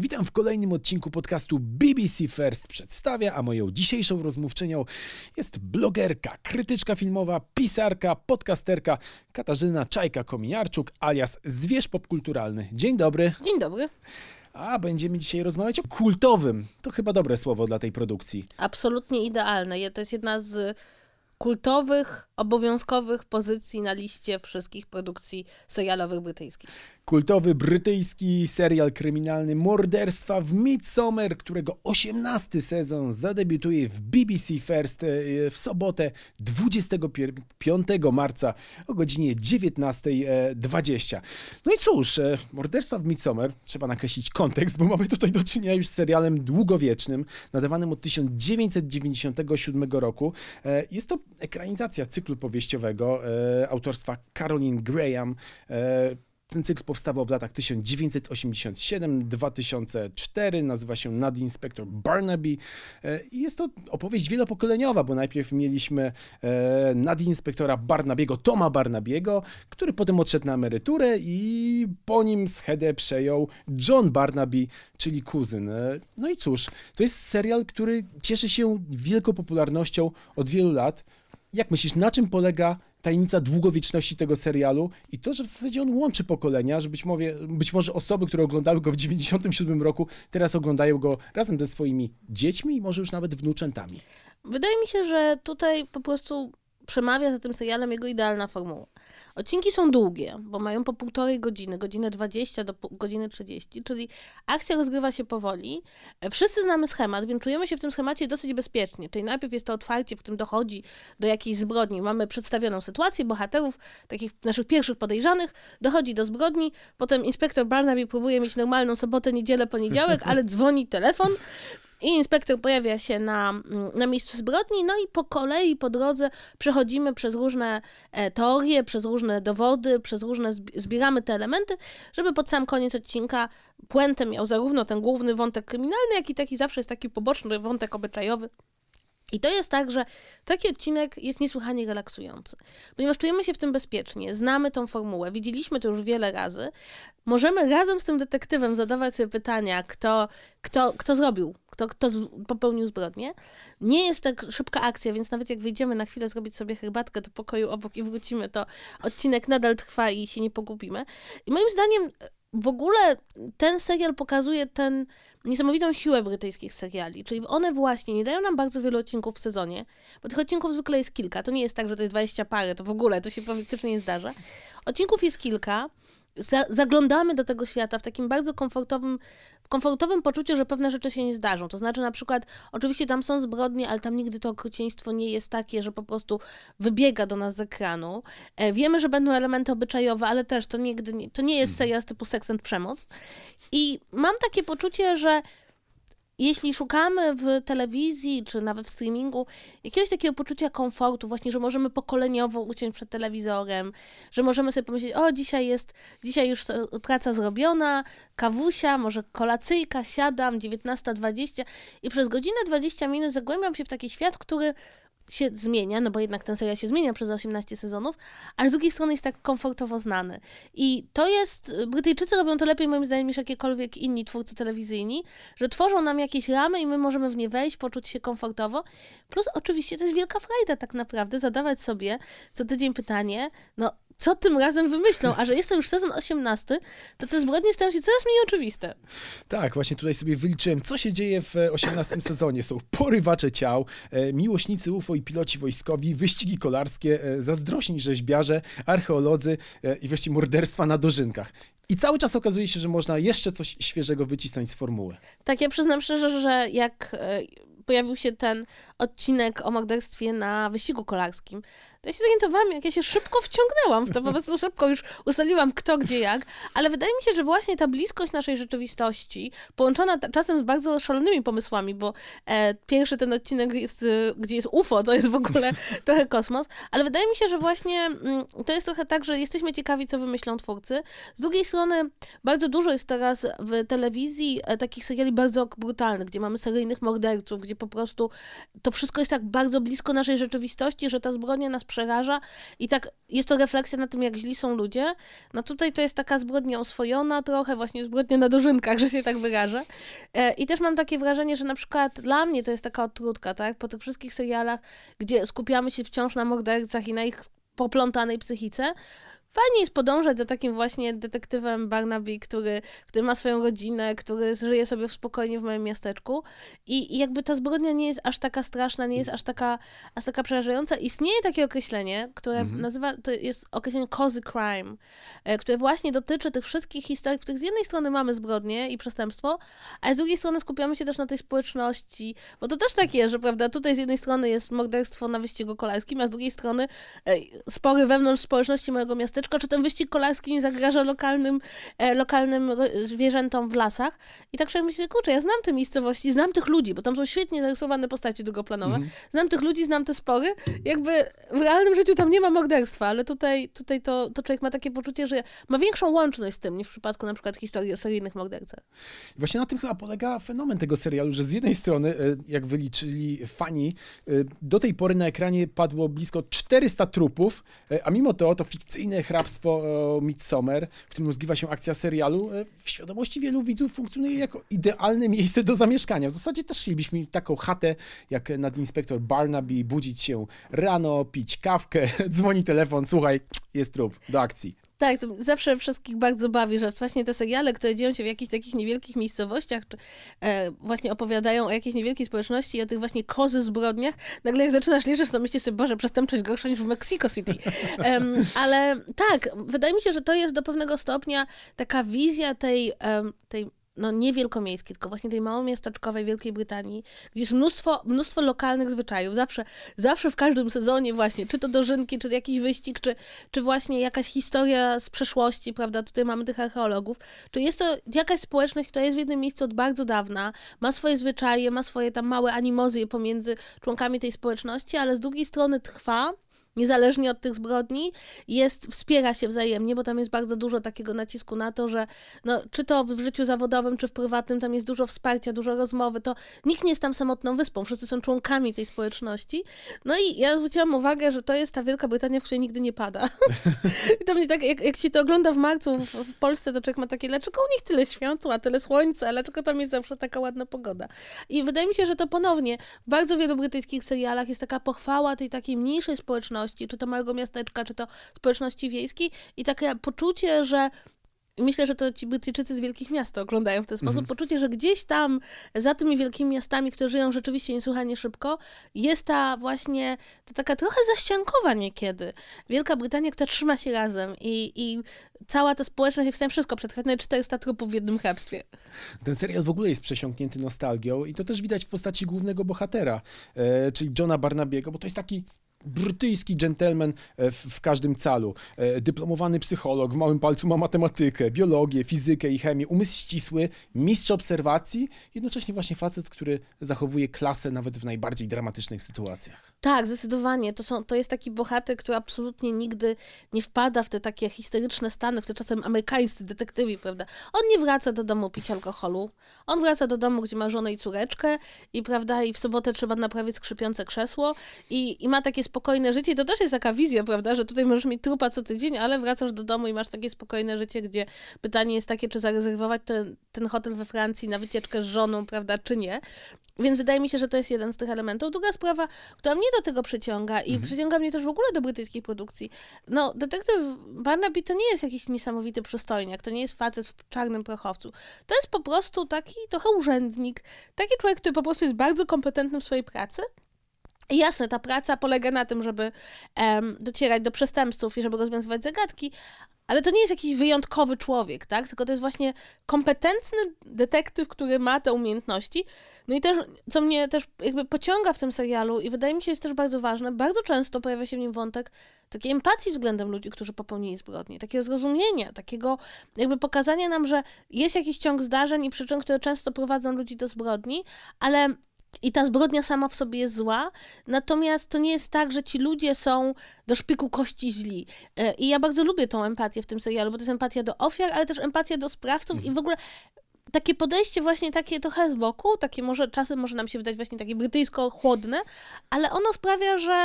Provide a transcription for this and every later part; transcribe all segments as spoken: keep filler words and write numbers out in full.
Witam w kolejnym odcinku podcastu B B C First przedstawia, a moją dzisiejszą rozmówczynią jest blogerka, krytyczka filmowa, pisarka, podcasterka Katarzyna Czajka-Kominiarczuk alias Zwierz Popkulturalny. Dzień dobry. Dzień dobry. A będziemy dzisiaj rozmawiać o kultowym. To chyba dobre słowo dla tej produkcji. Absolutnie idealne. To jest jedna z kultowych, obowiązkowych pozycji na liście wszystkich produkcji serialowych brytyjskich. Kultowy brytyjski serial kryminalny Morderstwa w Midsommar, którego osiemnasty sezon zadebiutuje w B B C First w sobotę dwudziestego piątego marca o godzinie dziewiętnasta dwadzieścia. No i cóż, Morderstwa w Midsommar, trzeba nakreślić kontekst, bo mamy tutaj do czynienia już z serialem długowiecznym, nadawanym od tysiąc dziewięćset dziewięćdziesiątego siódmego roku. Jest to ekranizacja cyklu powieściowego autorstwa Caroline Graham. Ten cykl powstawał w latach tysiąc dziewięćset osiemdziesiąt siedem do dwa tysiące cztery, nazywa się Nadinspektor Barnaby i jest to opowieść wielopokoleniowa, bo najpierw mieliśmy nadinspektora Barnabiego, Toma Barnabiego, który potem odszedł na emeryturę i po nim schedę przejął John Barnaby, czyli kuzyn. No i cóż, to jest serial, który cieszy się wielką popularnością od wielu lat. Jak myślisz, na czym polega tajemnica długowieczności tego serialu i to, że w zasadzie on łączy pokolenia, że być może, być może osoby, które oglądały go w dziewięćdziesiątym siódmym roku, teraz oglądają go razem ze swoimi dziećmi i może już nawet wnuczętami. Wydaje mi się, że tutaj po prostu przemawia za tym serialem jego idealna formuła. Odcinki są długie, bo mają po półtorej godziny, godzinę dwadzieścia do godziny trzydzieści, czyli akcja rozgrywa się powoli. Wszyscy znamy schemat, więc czujemy się w tym schemacie dosyć bezpiecznie. Czyli najpierw jest to otwarcie, w którym dochodzi do jakiejś zbrodni. Mamy przedstawioną sytuację, bohaterów, takich naszych pierwszych podejrzanych, dochodzi do zbrodni, potem inspektor Barnaby próbuje mieć normalną sobotę, niedzielę, poniedziałek, ale dzwoni telefon. I inspektor pojawia się na, na miejscu zbrodni, no i po kolei, po drodze przechodzimy przez różne e, teorie, przez różne dowody, przez różne, zbieramy te elementy, żeby pod sam koniec odcinka puentę miał zarówno ten główny wątek kryminalny, jak i taki zawsze jest taki poboczny wątek obyczajowy. I to jest tak, że taki odcinek jest niesłychanie relaksujący, ponieważ czujemy się w tym bezpiecznie, znamy tą formułę, widzieliśmy to już wiele razy, możemy razem z tym detektywem zadawać sobie pytania, kto, kto, kto zrobił, kto, kto popełnił zbrodnię. Nie jest tak szybka akcja, więc nawet jak wyjdziemy na chwilę zrobić sobie herbatkę do pokoju obok i wrócimy, to odcinek nadal trwa i się nie pogubimy. I moim zdaniem w ogóle ten serial pokazuje ten niesamowitą siłę brytyjskich seriali, czyli one właśnie nie dają nam bardzo wielu odcinków w sezonie, bo tych odcinków zwykle jest kilka, to nie jest tak, że to jest dwadzieścia parę, to w ogóle, to się praktycznie nie zdarza. Odcinków jest kilka, zaglądamy do tego świata w takim bardzo komfortowym, w komfortowym poczuciu, że pewne rzeczy się nie zdarzą. To znaczy na przykład, oczywiście tam są zbrodnie, ale tam nigdy to okrucieństwo nie jest takie, że po prostu wybiega do nas z ekranu. E, wiemy, że będą elementy obyczajowe, ale też to nigdy nie, to nie jest serial typu Seks and Przemoc. I mam takie poczucie, że jeśli szukamy w telewizji, czy nawet w streamingu jakiegoś takiego poczucia komfortu, właśnie, że możemy pokoleniowo usiąść przed telewizorem, że możemy sobie pomyśleć, o dzisiaj jest, dzisiaj już praca zrobiona, kawusia, może kolacyjka, siadam, dziewiętnasta dwadzieścia i przez godzinę dwadzieścia minut zagłębiam się w taki świat, który się zmienia, no bo jednak ten serial się zmienia przez osiemnaście sezonów, ale z drugiej strony jest tak komfortowo znany. I to jest, Brytyjczycy robią to lepiej moim zdaniem niż jakiekolwiek inni twórcy telewizyjni, że tworzą nam jakieś ramy i my możemy w nie wejść, poczuć się komfortowo. Plus oczywiście to jest wielka frajda tak naprawdę, zadawać sobie co tydzień pytanie, no co tym razem wymyślą, a że jest to już sezon osiemnasty, to te zbrodnie stają się coraz mniej oczywiste. Tak, właśnie tutaj sobie wyliczyłem, co się dzieje w osiemnastym sezonie. Są porywacze ciał, miłośnicy U F O i piloci wojskowi, wyścigi kolarskie, zazdrośni rzeźbiarze, archeolodzy i wreszcie morderstwa na dożynkach. I cały czas okazuje się, że można jeszcze coś świeżego wycisnąć z formuły. Tak, ja przyznam szczerze, że jak pojawił się ten odcinek o morderstwie na wyścigu kolarskim, to ja się zorientowałam, jak ja się szybko wciągnęłam w to, po prostu szybko już ustaliłam kto, gdzie, jak, ale wydaje mi się, że właśnie ta bliskość naszej rzeczywistości, połączona ta, czasem z bardzo szalonymi pomysłami, bo e, pierwszy ten odcinek, jest, e, gdzie jest U F O, to jest w ogóle trochę kosmos, ale wydaje mi się, że właśnie mm, to jest trochę tak, że jesteśmy ciekawi, co wymyślą twórcy. Z drugiej strony bardzo dużo jest teraz w telewizji e, takich seriali bardzo brutalnych, gdzie mamy seryjnych morderców, gdzie po prostu to wszystko jest tak bardzo blisko naszej rzeczywistości, że ta zbrodnia nas przeraża i tak jest to refleksja na tym, jak źli są ludzie. No tutaj to jest taka zbrodnia oswojona trochę, właśnie zbrodnia na dożynkach, że się tak wyrażę. I też mam takie wrażenie, że na przykład dla mnie to jest taka odtrutka, tak? Po tych wszystkich serialach, gdzie skupiamy się wciąż na mordercach i na ich poplątanej psychice, fajnie jest podążać za takim właśnie detektywem Barnaby, który, który ma swoją rodzinę, który żyje sobie spokojnie w małym miasteczku i, i jakby ta zbrodnia nie jest aż taka straszna, nie jest aż taka, aż taka przerażająca. Istnieje takie określenie, które mhm. nazywa, to jest określenie cozy crime, które właśnie dotyczy tych wszystkich historii, w których z jednej strony mamy zbrodnie i przestępstwo, a z drugiej strony skupiamy się też na tej społeczności, bo to też tak jest, że prawda, tutaj z jednej strony jest morderstwo na wyścigu kolarskim, a z drugiej strony spory wewnątrz społeczności mojego miasteczka, czy ten wyścig kolarski nie zagraża lokalnym, e, lokalnym zwierzętom w lasach. I tak człowiek myśli, kurczę, ja znam te miejscowości, znam tych ludzi, bo tam są świetnie zarysowane postacie drugoplanowe. Mhm. Znam tych ludzi, znam te spory. Jakby w realnym życiu tam nie ma morderstwa, ale tutaj, tutaj to, to człowiek ma takie poczucie, że ma większą łączność z tym, niż w przypadku na przykład historii o seryjnych mordercach. Właśnie na tym chyba polega fenomen tego serialu, że z jednej strony, jak wyliczyli fani, do tej pory na ekranie padło blisko czterysta trupów, a mimo to to fikcyjne hrabstwo Midsommar, w którym rozgrywa się akcja serialu, w świadomości wielu widzów funkcjonuje jako idealne miejsce do zamieszkania. W zasadzie też chcielibyśmy mieć taką chatę, jak nadinspektor Barnaby, budzić się rano, pić kawkę, dzwoni telefon, słuchaj, jest trup, do akcji. Tak, to zawsze wszystkich bardzo bawi, że właśnie te seriale, które dzieją się w jakichś takich niewielkich miejscowościach, czy e, właśnie opowiadają o jakiejś niewielkiej społeczności i o tych właśnie kozy zbrodniach, nagle jak zaczynasz liczyć, to myślisz sobie, Boże, przestępczość gorsza niż w Mexico City. Um, ale tak, wydaje mi się, że to jest do pewnego stopnia taka wizja tej, um, tej no nie wielkomiejskiej, tylko właśnie tej małomiasteczkowej Wielkiej Brytanii, gdzie jest mnóstwo, mnóstwo lokalnych zwyczajów. Zawsze, zawsze w każdym sezonie właśnie, czy to dożynki, czy jakiś wyścig, czy, czy właśnie jakaś historia z przeszłości, prawda, tutaj mamy tych archeologów, czy jest to jakaś społeczność, która jest w jednym miejscu od bardzo dawna, ma swoje zwyczaje, ma swoje tam małe animozje pomiędzy członkami tej społeczności, ale z drugiej strony trwa, niezależnie od tych zbrodni, jest, wspiera się wzajemnie, bo tam jest bardzo dużo takiego nacisku na to, że no, czy to w życiu zawodowym, czy w prywatnym, tam jest dużo wsparcia, dużo rozmowy, to nikt nie jest tam samotną wyspą, wszyscy są członkami tej społeczności. No i ja zwróciłam uwagę, że to jest ta Wielka Brytania, w której nigdy nie pada. I to mnie tak, jak, jak się to ogląda w marcu w, w Polsce, to człowiek ma takie, dlaczego u nich tyle światła, tyle słońca, dlaczego tam jest zawsze taka ładna pogoda. I wydaje mi się, że to ponownie w bardzo wielu brytyjskich serialach jest taka pochwała tej takiej mniejszej społeczności, czy to małego miasteczka, czy to społeczności wiejskiej i takie poczucie, że myślę, że to ci Brytyjczycy z wielkich miast to oglądają w ten sposób. Mhm. Poczucie, że gdzieś tam za tymi wielkimi miastami, które żyją rzeczywiście niesłychanie szybko, jest ta właśnie ta taka trochę zaściankowa niekiedy Wielka Brytania, która trzyma się razem i, i cała ta społeczność jest w stanie wszystko przetrwać, nawet czterysta trupów w jednym hrabstwie. Ten serial w ogóle jest przesiąknięty nostalgią i to też widać w postaci głównego bohatera, e, czyli Johna Barnaby'ego, bo to jest taki brytyjski dżentelmen w, w każdym calu. E, dyplomowany psycholog, w małym palcu ma matematykę, biologię, fizykę i chemię, umysł ścisły, mistrz obserwacji, jednocześnie właśnie facet, który zachowuje klasę nawet w najbardziej dramatycznych sytuacjach. Tak, zdecydowanie. To, są, to jest taki bohater, który absolutnie nigdy nie wpada w te takie historyczne stany, w które czasem amerykańscy detektywi, prawda? On nie wraca do domu pić alkoholu. On wraca do domu, gdzie ma żonę i córeczkę i, prawda, i w sobotę trzeba naprawić skrzypiące krzesło i, i ma takie spokojne życie. I to też jest taka wizja, prawda, że tutaj możesz mieć trupa co tydzień, ale wracasz do domu i masz takie spokojne życie, gdzie pytanie jest takie, czy zarezerwować ten, ten hotel we Francji na wycieczkę z żoną, prawda, czy nie. Więc wydaje mi się, że to jest jeden z tych elementów. Druga sprawa, która mnie do tego przyciąga i mhm. przyciąga mnie też w ogóle do brytyjskiej produkcji. No, detektyw Barnaby to nie jest jakiś niesamowity przystojniak, to nie jest facet w czarnym prochowcu. To jest po prostu taki trochę urzędnik, taki człowiek, który po prostu jest bardzo kompetentny w swojej pracy. I jasne, ta praca polega na tym, żeby um, docierać do przestępców i żeby rozwiązywać zagadki, ale to nie jest jakiś wyjątkowy człowiek, tak? Tylko to jest właśnie kompetentny detektyw, który ma te umiejętności. No i też, co mnie też jakby pociąga w tym serialu i wydaje mi się jest też bardzo ważne, bardzo często pojawia się w nim wątek takiej empatii względem ludzi, którzy popełnili zbrodnie, takiego zrozumienia, takiego jakby pokazania nam, że jest jakiś ciąg zdarzeń i przyczyn, które często prowadzą ludzi do zbrodni, ale i ta zbrodnia sama w sobie jest zła, natomiast to nie jest tak, że ci ludzie są do szpiku kości źli. I ja bardzo lubię tą empatię w tym serialu, bo to jest empatia do ofiar, ale też empatia do sprawców mhm. i w ogóle takie podejście właśnie takie trochę z boku, takie może czasem może nam się wydać właśnie takie brytyjsko-chłodne, ale ono sprawia, że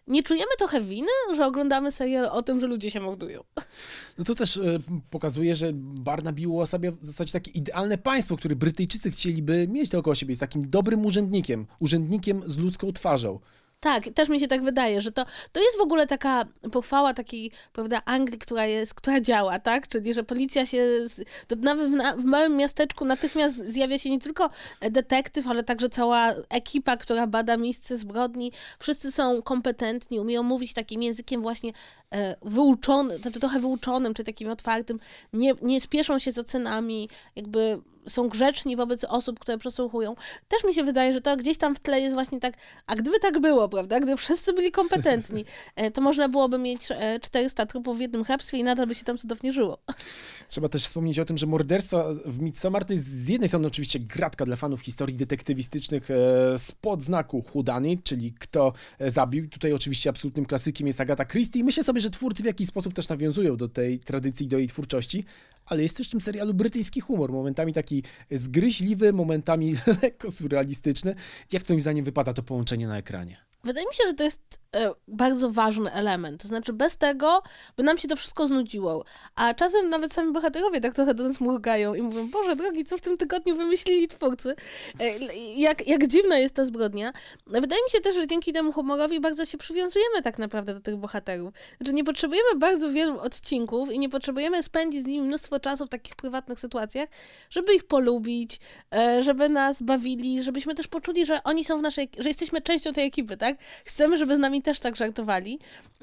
nie czujemy trochę winy, że oglądamy serial o tym, że ludzie się mordują? No to też y, pokazuje, że Barnaby uosabia w zasadzie takie idealne państwo, które Brytyjczycy chcieliby mieć dookoła siebie. Jest takim dobrym urzędnikiem, urzędnikiem z ludzką twarzą. Tak, też mi się tak wydaje, że to, to jest w ogóle taka pochwała takiej, prawda, Anglii, która jest, która działa, tak? Czyli, że policja się, to nawet w, w małym miasteczku natychmiast zjawia się nie tylko detektyw, ale także cała ekipa, która bada miejsce zbrodni. Wszyscy są kompetentni, umieją mówić takim językiem właśnie e, wyuczonym, znaczy trochę wyuczonym, czy takim otwartym. Nie, nie spieszą się z ocenami, jakby są grzeczni wobec osób, które przesłuchują. Też mi się wydaje, że to gdzieś tam w tle jest właśnie tak, a gdyby tak było, prawda, gdyby wszyscy byli kompetentni, to można byłoby mieć czterysta trupów w jednym hrabstwie i nadal by się tam cudownie żyło. Trzeba też wspomnieć o tym, że morderstwa w Midsommar to jest z jednej strony oczywiście gratka dla fanów historii detektywistycznych e, spod znaku whodunit, czyli kto zabił. Tutaj oczywiście absolutnym klasykiem jest Agatha Christie i myślę sobie, że twórcy w jakiś sposób też nawiązują do tej tradycji, do jej twórczości, ale jest też w tym serialu brytyjski humor, momentami taki zgryźliwy, momentami lekko surrealistyczny. Jak twoim zdaniem wypada to połączenie na ekranie? Wydaje mi się, że to jest e, bardzo ważny element. To znaczy bez tego by nam się to wszystko znudziło. A czasem nawet sami bohaterowie tak trochę do nas mrugają i mówią, Boże drogi, co w tym tygodniu wymyślili twórcy? E, jak, jak dziwna jest ta zbrodnia. Wydaje mi się też, że dzięki temu humorowi bardzo się przywiązujemy tak naprawdę do tych bohaterów. Znaczy nie potrzebujemy bardzo wielu odcinków i nie potrzebujemy spędzić z nimi mnóstwo czasu w takich prywatnych sytuacjach, żeby ich polubić, e, żeby nas bawili, żebyśmy też poczuli, że oni są w naszej, że jesteśmy częścią tej ekipy, tak? Chcemy, żeby z nami też tak żartowali.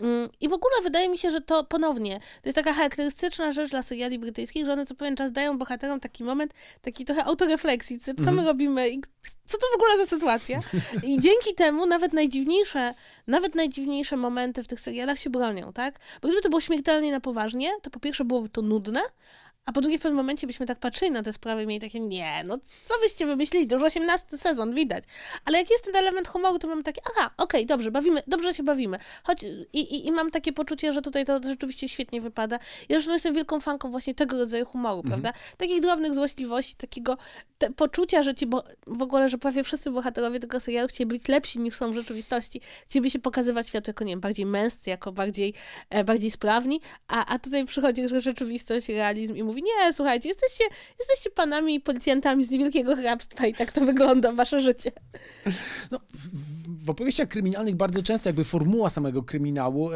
I w ogóle wydaje mi się, że to ponownie, to jest taka charakterystyczna rzecz dla seriali brytyjskich, że one co pewien czas dają bohaterom taki moment, taki trochę autorefleksji, co, co my robimy i co to w ogóle za sytuacja. I dzięki temu nawet najdziwniejsze, nawet najdziwniejsze momenty w tych serialach się bronią, tak? Bo gdyby to było śmiertelnie na poważnie, to po pierwsze byłoby to nudne, a po drugie w pewnym momencie byśmy tak patrzyli na te sprawy i mieli takie, nie, no co byście wymyślili, to już osiemnasty sezon, widać. Ale jak jest ten element humoru, to mam takie, aha, okej, okay, dobrze, bawimy, dobrze się bawimy. Choć i, i, i mam takie poczucie, że tutaj to rzeczywiście świetnie wypada. Ja zresztą jestem wielką fanką właśnie tego rodzaju humoru, mm-hmm. prawda? Takich drobnych złośliwości, takiego te, poczucia, że ci, bo, w ogóle, że prawie wszyscy bohaterowie tego serialu chcieli być lepsi niż są w rzeczywistości. Chcieliby się pokazywać światu jako, nie wiem, bardziej męscy, jako bardziej, e, bardziej sprawni, a, a tutaj przychodzi rzeczywistość, realizm i mówi, nie, słuchajcie, jesteście, jesteście panami policjantami z niewielkiego hrabstwa i tak to wygląda wasze życie. No, w, w opowieściach kryminalnych bardzo często jakby formuła samego kryminału e,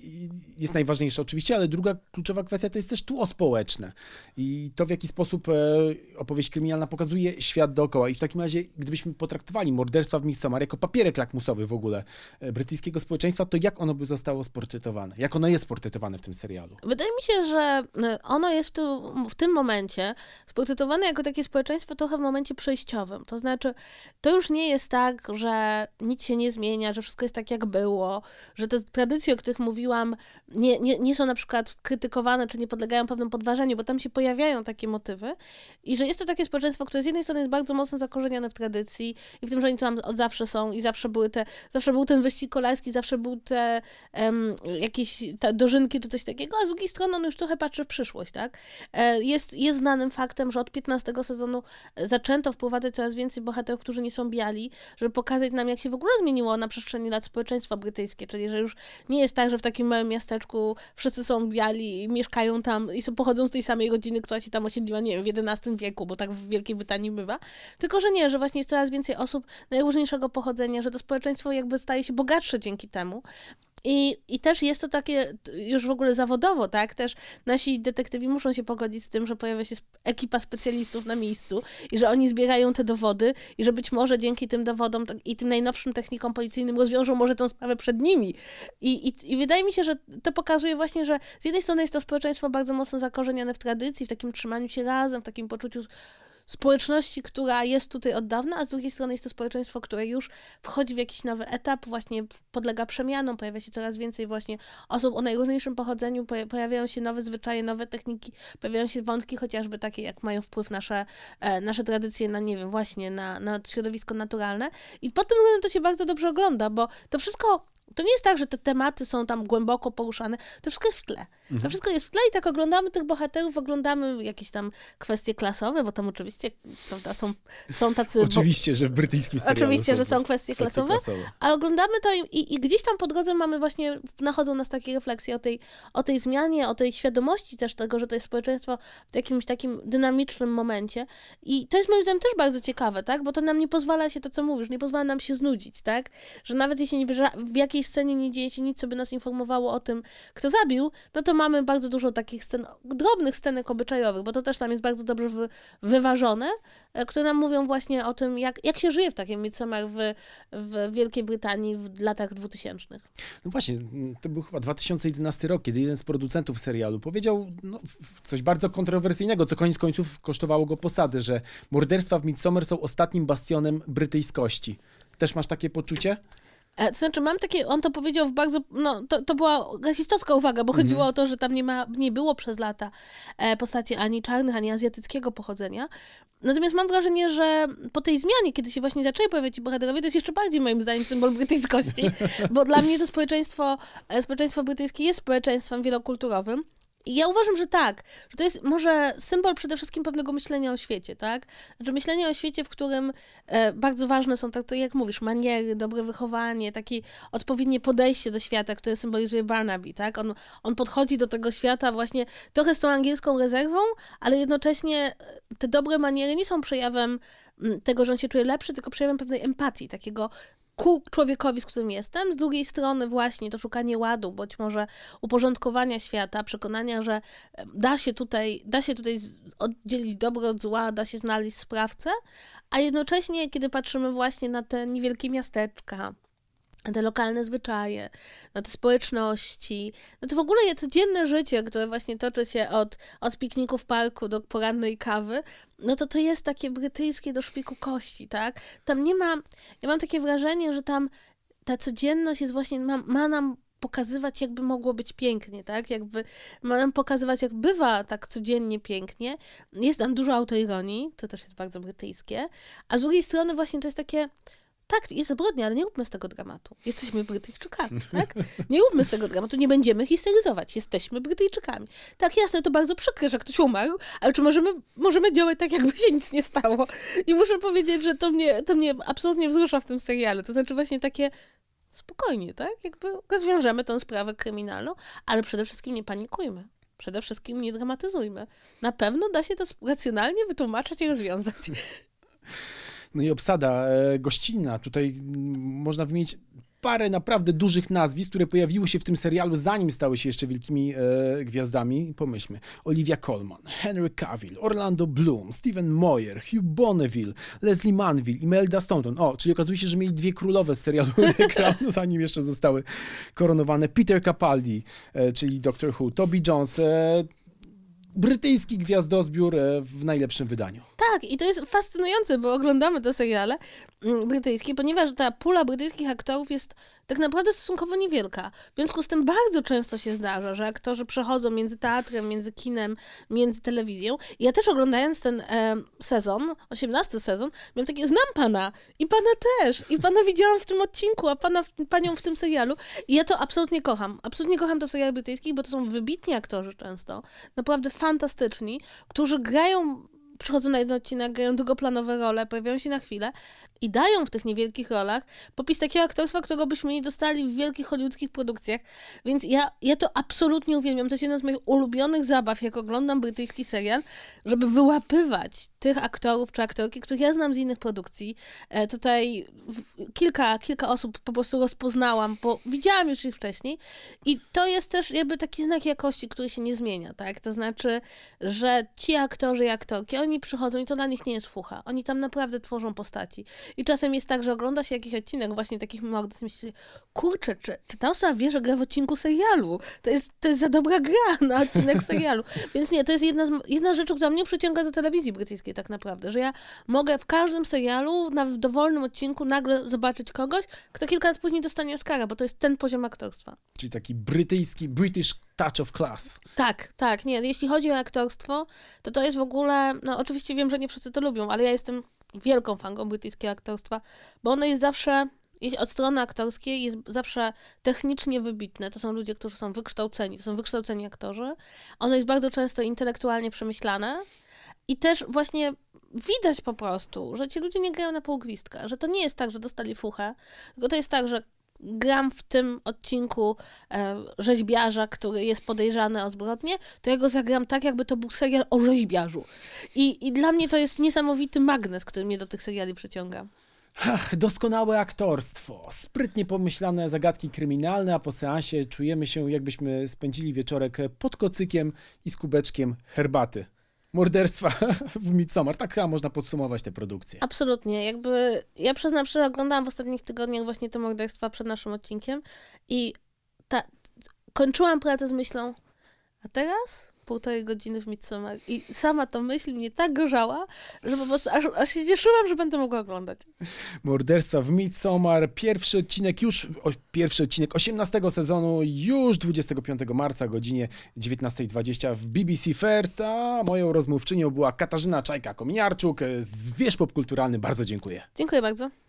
jest najważniejsza oczywiście, ale druga kluczowa kwestia to jest też tło społeczne i to w jaki sposób e, opowieść kryminalna pokazuje świat dookoła i w takim razie gdybyśmy potraktowali morderstwa w Midsommar jako papierek lakmusowy w ogóle e, brytyjskiego społeczeństwa, to jak ono by zostało sportretowane? Jak ono jest sportretowane w tym serialu? Wydaje mi się, że ono jest w tym, w tym momencie sportretowane jako takie społeczeństwo trochę w momencie przejściowym. To znaczy, to już nie jest tak, że nic się nie zmienia, że wszystko jest tak, jak było, że te tradycje, o których mówiłam, nie, nie, nie są na przykład krytykowane, czy nie podlegają pewnym podważeniu, bo tam się pojawiają takie motywy i że jest to takie społeczeństwo, które z jednej strony jest bardzo mocno zakorzenione w tradycji i w tym, że oni tam od zawsze są i zawsze były te, zawsze był ten wyścig kolarski, zawsze był te um, jakieś te dożynki, czy coś takiego, a z drugiej strony on już trochę patrzy w przyszłość, tak? Jest, jest znanym faktem, że od piętnastego sezonu zaczęto wprowadzać coraz więcej bohaterów, którzy nie są biali, żeby pokazać nam, jak się w ogóle zmieniło na przestrzeni lat społeczeństwo brytyjskie, czyli że już nie jest tak, że w takim małym miasteczku wszyscy są biali i mieszkają tam i są, pochodzą z tej samej rodziny, która się tam osiedliła, nie wiem, w jedenastym wieku, bo tak w Wielkiej Brytanii bywa, tylko że nie, że właśnie jest coraz więcej osób najróżniejszego pochodzenia, że to społeczeństwo jakby staje się bogatsze dzięki temu. I, I też jest to takie już w ogóle zawodowo, tak? Też nasi detektywi muszą się pogodzić z tym, że pojawia się ekipa specjalistów na miejscu i że oni zbierają te dowody i że być może dzięki tym dowodom i tym najnowszym technikom policyjnym rozwiążą może tę sprawę przed nimi. I, i, I wydaje mi się, że to pokazuje właśnie, że z jednej strony jest to społeczeństwo bardzo mocno zakorzenione w tradycji, w takim trzymaniu się razem, w takim poczuciu społeczności, która jest tutaj od dawna, a z drugiej strony jest to społeczeństwo, które już wchodzi w jakiś nowy etap, właśnie podlega przemianom, pojawia się coraz więcej właśnie osób o najróżniejszym pochodzeniu, pojawiają się nowe zwyczaje, nowe techniki, pojawiają się wątki chociażby takie, jak mają wpływ nasze, nasze tradycje na, nie wiem, właśnie na, na środowisko naturalne i pod tym względem to się bardzo dobrze ogląda, bo to wszystko To nie jest tak, że te tematy są tam głęboko poruszane. To wszystko jest w tle. Mhm. To wszystko jest w tle i tak oglądamy tych bohaterów, oglądamy jakieś tam kwestie klasowe, bo tam oczywiście, prawda, są, są tacy... Oczywiście, bo... że w brytyjskim serialu Oczywiście, że są kwestie, kwestie klasowe, klasowe, ale oglądamy to i, i, i gdzieś tam po drodze mamy właśnie, nachodzą nas takie refleksje o tej, o tej zmianie, o tej świadomości też tego, że to jest społeczeństwo w jakimś takim dynamicznym momencie. I to jest moim zdaniem też bardzo ciekawe, tak? Bo to nam nie pozwala się, to co mówisz, nie pozwala nam się znudzić, tak? Że nawet jeśli nie w jakiejś scenie nie dzieje się nic, co by nas informowało o tym, kto zabił, no to mamy bardzo dużo takich scen, drobnych scenek obyczajowych, bo to też tam jest bardzo dobrze wy, wyważone, które nam mówią właśnie o tym, jak, jak się żyje w takim Midsommar w, w Wielkiej Brytanii w latach dwutysięcznych. No właśnie, to był chyba dwa tysiące jedenasty rok, kiedy jeden z producentów serialu powiedział no, coś bardzo kontrowersyjnego, co koniec końców kosztowało go posady, że morderstwa w Midsommar są ostatnim bastionem brytyjskości. Też masz takie poczucie? To znaczy, mam takie, on to powiedział w bardzo, no to, to była rasistowska uwaga, bo chodziło mm-hmm. o to, że tam nie ma, nie było przez lata postaci ani czarnych, ani azjatyckiego pochodzenia. Natomiast mam wrażenie, że po tej zmianie, kiedy się właśnie zaczęli pojawiać ci bohaterowie, to jest jeszcze bardziej moim zdaniem symbol brytyjskości, bo dla mnie to społeczeństwo, społeczeństwo brytyjskie jest społeczeństwem wielokulturowym. I ja uważam, że tak, że to jest może symbol przede wszystkim pewnego myślenia o świecie, tak? Znaczy myślenia o świecie, w którym e, bardzo ważne są, tak jak mówisz, maniery, dobre wychowanie, takie odpowiednie podejście do świata, które symbolizuje Barnaby, tak? On, on podchodzi do tego świata właśnie trochę z tą angielską rezerwą, ale jednocześnie te dobre maniery nie są przejawem tego, że on się czuje lepszy, tylko przejawem pewnej empatii, takiego ku człowiekowi, z którym jestem. Z drugiej strony właśnie to szukanie ładu, bądź może uporządkowania świata, przekonania, że da się tutaj, da się tutaj oddzielić dobro od zła, da się znaleźć sprawcę, a jednocześnie, kiedy patrzymy właśnie na te niewielkie miasteczka, na te lokalne zwyczaje, na te społeczności, no to w ogóle codzienne życie, które właśnie toczy się od, od pikniku w parku do porannej kawy, no to to jest takie brytyjskie do szpiku kości, tak? Tam nie ma, ja mam takie wrażenie, że tam ta codzienność jest właśnie, ma, ma nam pokazywać, jakby mogło być pięknie, tak? Jakby ma nam pokazywać, jak bywa tak codziennie pięknie. Jest tam dużo autoironii, to też jest bardzo brytyjskie, a z drugiej strony właśnie to jest takie, tak, jest zbrodnia, ale nie róbmy z tego dramatu. Jesteśmy Brytyjczykami, tak? Nie róbmy z tego dramatu, nie będziemy histeryzować. Jesteśmy Brytyjczykami. Tak, jasne, to bardzo przykre, że ktoś umarł, ale czy możemy, możemy działać tak, jakby się nic nie stało? I muszę powiedzieć, że to mnie, to mnie absolutnie wzrusza w tym serialu. To znaczy właśnie takie spokojnie, tak? Jakby rozwiążemy tę sprawę kryminalną, ale przede wszystkim nie panikujmy. Przede wszystkim nie dramatyzujmy. Na pewno da się to racjonalnie wytłumaczyć i rozwiązać. No i obsada e, gościnna. Tutaj m, można wymienić parę naprawdę dużych nazwisk, które pojawiły się w tym serialu, zanim stały się jeszcze wielkimi e, gwiazdami. Pomyślmy. Olivia Colman, Henry Cavill, Orlando Bloom, Stephen Moyer, Hugh Bonneville, Leslie Manville, Imelda Staunton. O, czyli okazuje się, że mieli dwie królowe z serialu ekran, zanim jeszcze zostały koronowane. Peter Capaldi, e, czyli Doctor Who, Toby Jones, e, brytyjski gwiazdozbiór w najlepszym wydaniu. Tak, i to jest fascynujące, bo oglądamy te seriale brytyjskie, ponieważ ta pula brytyjskich aktorów jest tak naprawdę stosunkowo niewielka. W związku z tym bardzo często się zdarza, że aktorzy przechodzą między teatrem, między kinem, między telewizją. I ja też oglądając ten e, sezon, osiemnasty sezon, miałam takie, znam pana i pana też. I pana widziałam w tym odcinku, a pana, panią w tym serialu. I ja to absolutnie kocham. Absolutnie kocham to w serialach brytyjskich, bo to są wybitni aktorzy często. Naprawdę fantastyczni, którzy grają, przychodzą na jeden odcinek, grają drugoplanowe role, pojawiają się na chwilę i dają w tych niewielkich rolach popis takiego aktorstwa, którego byśmy nie dostali w wielkich hollywoodzkich produkcjach. Więc ja, ja to absolutnie uwielbiam. To jest jedna z moich ulubionych zabaw, jak oglądam brytyjski serial, żeby wyłapywać tych aktorów czy aktorki, których ja znam z innych produkcji. E, tutaj w, kilka, kilka osób po prostu rozpoznałam, bo widziałam już ich wcześniej i to jest też jakby taki znak jakości, który się nie zmienia, tak? To znaczy, że ci aktorzy i aktorki, oni przychodzą i to dla nich nie jest fucha. Oni tam naprawdę tworzą postaci. I czasem jest tak, że ogląda się jakiś odcinek właśnie takich morderstw i myśli, kurczę, czy, czy ta osoba wie, że gra w odcinku serialu? To jest, to jest za dobra gra na odcinek serialu. Więc nie, to jest jedna z, jedna z rzeczy, która mnie przyciąga do telewizji brytyjskiej tak naprawdę, że ja mogę w każdym serialu, na w dowolnym odcinku nagle zobaczyć kogoś, kto kilka lat później dostanie Oscara, bo to jest ten poziom aktorstwa. Czyli taki brytyjski, British touch of class. Tak, tak, nie, jeśli chodzi o aktorstwo, to to jest w ogóle, no oczywiście wiem, że nie wszyscy to lubią, ale ja jestem wielką fanką brytyjskiego aktorstwa, bo ono jest zawsze Jeśli od strony aktorskiej jest zawsze technicznie wybitne. To są ludzie, którzy są wykształceni, to są wykształceni aktorzy. Ono jest bardzo często intelektualnie przemyślane i też właśnie widać po prostu, że ci ludzie nie grają na półgwistka, że to nie jest tak, że dostali fuchę, tylko to jest tak, że gram w tym odcinku e, rzeźbiarza, który jest podejrzany o zbrodnię, to ja go zagram tak, jakby to był serial o rzeźbiarzu. I, i dla mnie to jest niesamowity magnes, który mnie do tych seriali przyciąga. Ach, doskonałe aktorstwo, sprytnie pomyślane zagadki kryminalne, a po seansie czujemy się, jakbyśmy spędzili wieczorek pod kocykiem i z kubeczkiem herbaty. Morderstwa w Midsommar. Tak chyba można podsumować tę produkcję. Absolutnie. Jakby ja przyznam szczerze, oglądałam w ostatnich tygodniach właśnie te morderstwa przed naszym odcinkiem i ta, kończyłam pracę z myślą, a teraz półtorej godziny w Midsommar. I sama ta myśl mnie tak gorzała, że po prostu aż, aż się cieszyłam, że będę mogła oglądać. Morderstwa w Midsommar. Pierwszy odcinek już, o, pierwszy odcinek osiemnastego sezonu już dwudziestego piątego marca o godzinie dziewiętnasta dwadzieścia w B B C First, a moją rozmówczynią była Katarzyna Czajka-Kominiarczuk z Wież Popkulturalny. Bardzo dziękuję. Dziękuję bardzo.